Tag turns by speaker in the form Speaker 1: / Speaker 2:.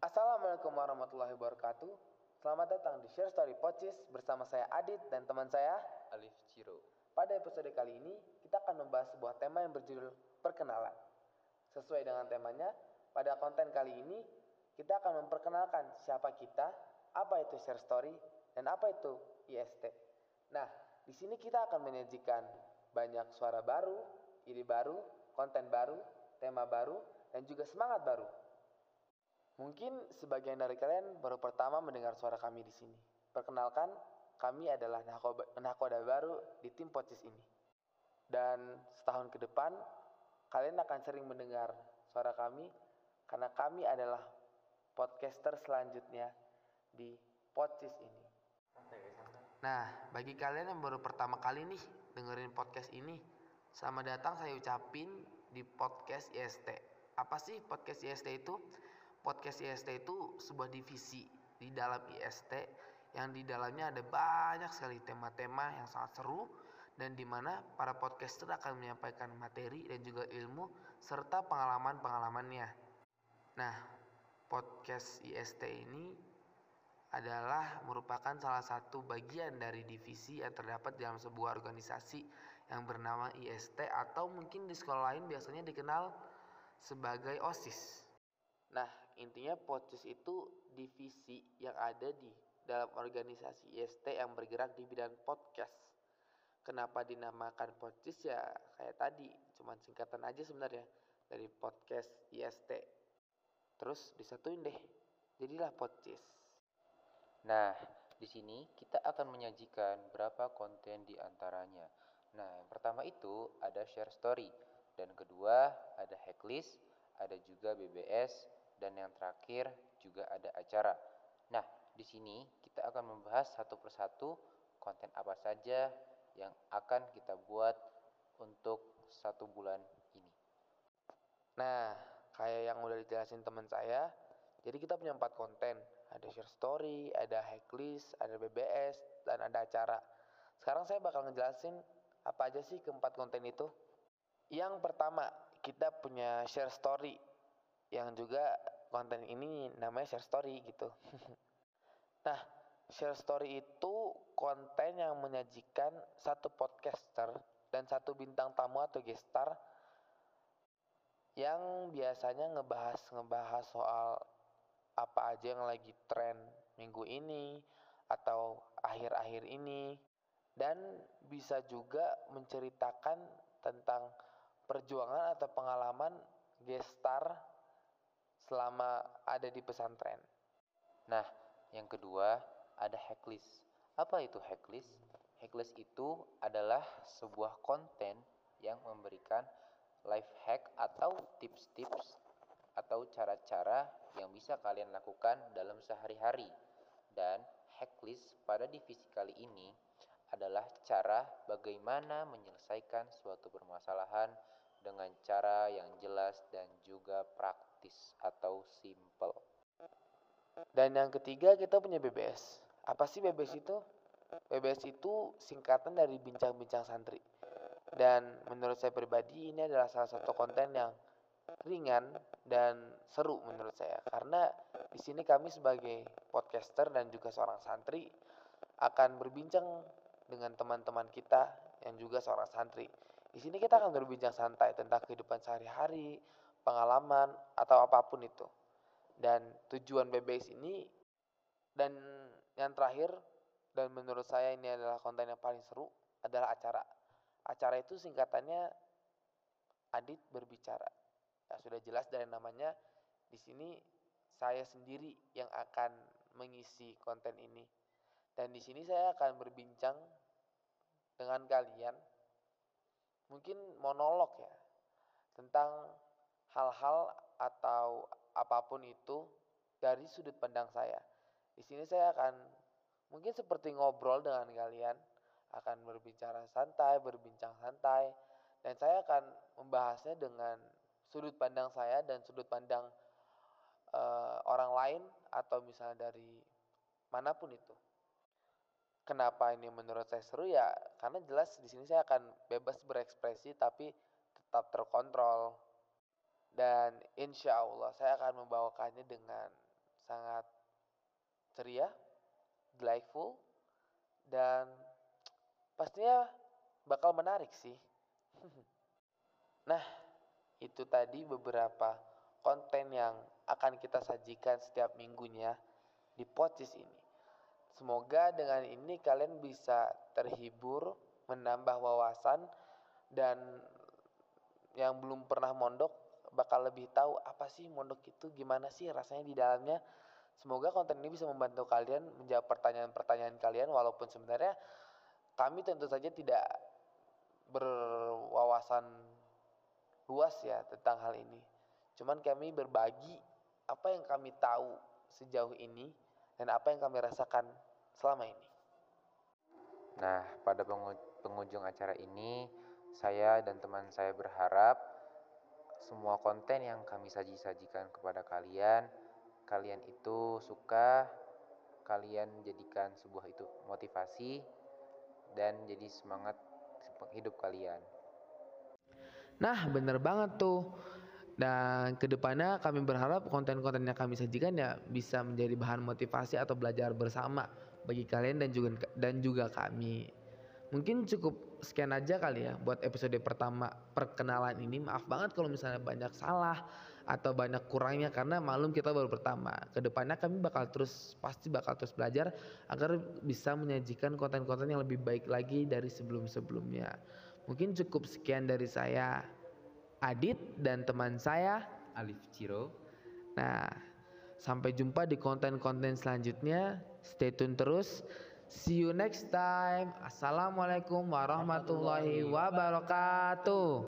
Speaker 1: Assalamualaikum warahmatullahi wabarakatuh. Selamat datang di Share Story Podcast bersama saya Adit dan teman saya
Speaker 2: Alif Ciro.
Speaker 1: Pada episode kali ini kita akan membahas sebuah tema yang berjudul perkenalan. Sesuai dengan temanya, pada konten kali ini kita akan memperkenalkan siapa kita, apa itu Share Story, dan apa itu IST. Nah, di sini kita akan menyajikan banyak suara baru, ide baru, konten baru, tema baru, dan juga semangat baru. Mungkin sebagian dari kalian baru pertama mendengar suara kami di sini. Perkenalkan, kami adalah nahkoda baru di tim podcast ini. Dan setahun ke depan, kalian akan sering mendengar suara kami karena kami adalah podcaster selanjutnya di podcast ini. Nah, bagi kalian yang baru pertama kali nih dengerin podcast ini, selamat datang saya ucapin di podcast IST. Apa sih podcast IST itu? Podcast IST itu sebuah divisi di dalam IST yang di dalamnya ada banyak sekali tema-tema yang sangat seru dan di mana para podcaster akan menyampaikan materi dan juga ilmu serta pengalaman-pengalamannya. Nah, podcast IST ini adalah merupakan salah satu bagian dari divisi yang terdapat dalam sebuah organisasi yang bernama IST atau mungkin di sekolah lain biasanya dikenal sebagai OSIS. Nah, intinya podcast itu divisi yang ada di dalam organisasi IST yang bergerak di bidang podcast. Kenapa dinamakan podcast ya kayak tadi, cuman singkatan aja sebenarnya dari podcast IST. Terus disatuin deh, jadilah podcast.
Speaker 2: Nah, di sini kita akan menyajikan beberapa konten di antaranya. Nah, yang pertama itu ada share story, dan kedua ada hacklist, ada juga BBS, dan yang terakhir juga ada acara. Nah, di sini kita akan membahas satu persatu konten apa saja yang akan kita buat untuk 1 bulan ini.
Speaker 1: Nah, kayak yang udah dijelasin teman saya, jadi kita punya 4 konten. Ada share story, ada hacklist, ada BBS, dan ada acara. Sekarang saya bakal ngejelasin apa aja sih keempat konten itu. Yang pertama, kita punya share story, yang juga konten ini namanya share story gitu. Nah, share story itu konten yang menyajikan satu podcaster dan satu bintang tamu atau guest star yang biasanya ngebahas soal apa aja yang lagi tren minggu ini atau akhir-akhir ini, dan bisa juga menceritakan tentang perjuangan atau pengalaman guest star selama ada di pesantren.
Speaker 2: Nah, yang kedua ada hacklist. Apa itu hacklist? Hacklist itu adalah sebuah konten yang memberikan life hack atau tips-tips atau cara-cara yang bisa kalian lakukan dalam sehari-hari. Dan hacklist pada divisi kali ini adalah cara bagaimana menyelesaikan suatu permasalahan dengan cara yang jelas dan juga praktis atau simple.
Speaker 1: Dan yang ketiga kita punya BBS. Apa sih BBS itu? BBS itu singkatan dari bincang-bincang santri. Dan menurut saya pribadi ini adalah salah satu konten yang ringan dan seru menurut saya, karena di sini kami sebagai podcaster dan juga seorang santri akan berbincang dengan teman-teman kita yang juga seorang santri. Di sini kita akan berbincang santai tentang kehidupan sehari-hari, pengalaman atau apapun itu. Dan tujuan BBS ini, dan yang terakhir, dan menurut saya ini adalah konten yang paling seru, adalah acara. Acara itu singkatannya Adit berbicara. Ya, sudah jelas dari namanya, di sini saya sendiri yang akan mengisi konten ini. Dan di sini saya akan berbincang dengan kalian, mungkin monolog ya, tentang hal-hal atau apapun itu dari sudut pandang saya. Di sini saya akan mungkin seperti ngobrol dengan kalian, akan berbincang santai, dan saya akan membahasnya dengan sudut pandang saya dan sudut pandang orang lain atau misalnya dari manapun itu. Kenapa ini menurut saya seru ya? Karena jelas di sini saya akan bebas berekspresi tapi tetap terkontrol. Dan insya Allah saya akan membawakannya dengan sangat ceria, delightful, dan pastinya bakal menarik sih. Nah, itu tadi beberapa konten yang akan kita sajikan setiap minggunya di podcast ini. Semoga dengan ini kalian bisa terhibur, menambah wawasan, dan yang belum pernah mondok bakal lebih tahu apa sih mondok itu, gimana sih rasanya di dalamnya. Semoga konten ini bisa membantu kalian menjawab pertanyaan-pertanyaan kalian, walaupun sebenarnya kami tentu saja tidak berwawasan luas ya tentang hal ini. Cuman kami berbagi apa yang kami tahu sejauh ini dan apa yang kami rasakan selama ini.
Speaker 2: Nah, pada penghujung acara ini, saya dan teman saya berharap semua konten yang kami sajikan kepada kalian itu suka, kalian jadikan sebuah itu motivasi dan jadi semangat hidup kalian.
Speaker 1: Nah, bener banget tuh. Dan kedepannya kami berharap konten-konten yang kami sajikan ya bisa menjadi bahan motivasi atau belajar bersama bagi kalian dan juga kami. Mungkin cukup sekian aja kali ya buat episode pertama perkenalan ini. Maaf banget kalau misalnya banyak salah atau banyak kurangnya karena maklum kita baru pertama. Kedepannya kami pasti bakal terus belajar agar bisa menyajikan konten-konten yang lebih baik lagi dari sebelum-sebelumnya. Mungkin cukup sekian dari saya, Adit, dan teman saya
Speaker 2: Alif Ciro.
Speaker 1: Nah, sampai jumpa di konten-konten selanjutnya. Stay tune terus. See you next time. Assalamualaikum warahmatullahi wabarakatuh.